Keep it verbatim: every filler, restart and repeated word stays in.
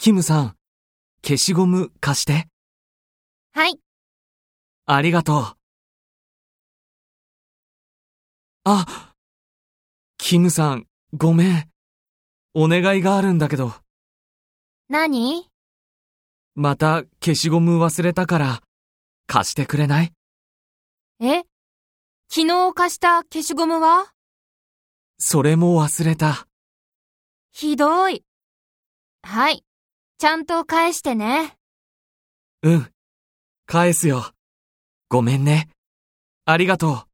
キムさん、消しゴム貸して。 はい。 ありがとう。あ、キムさん、ごめん。お願いがあるんだけど。 何？ また消しゴム忘れたから貸してくれない？ え？昨日貸した消しゴムは？ それも忘れた。 ひどい。はい。ちゃんと返してね。 うん。返すよ。ごめんね。ありがとう。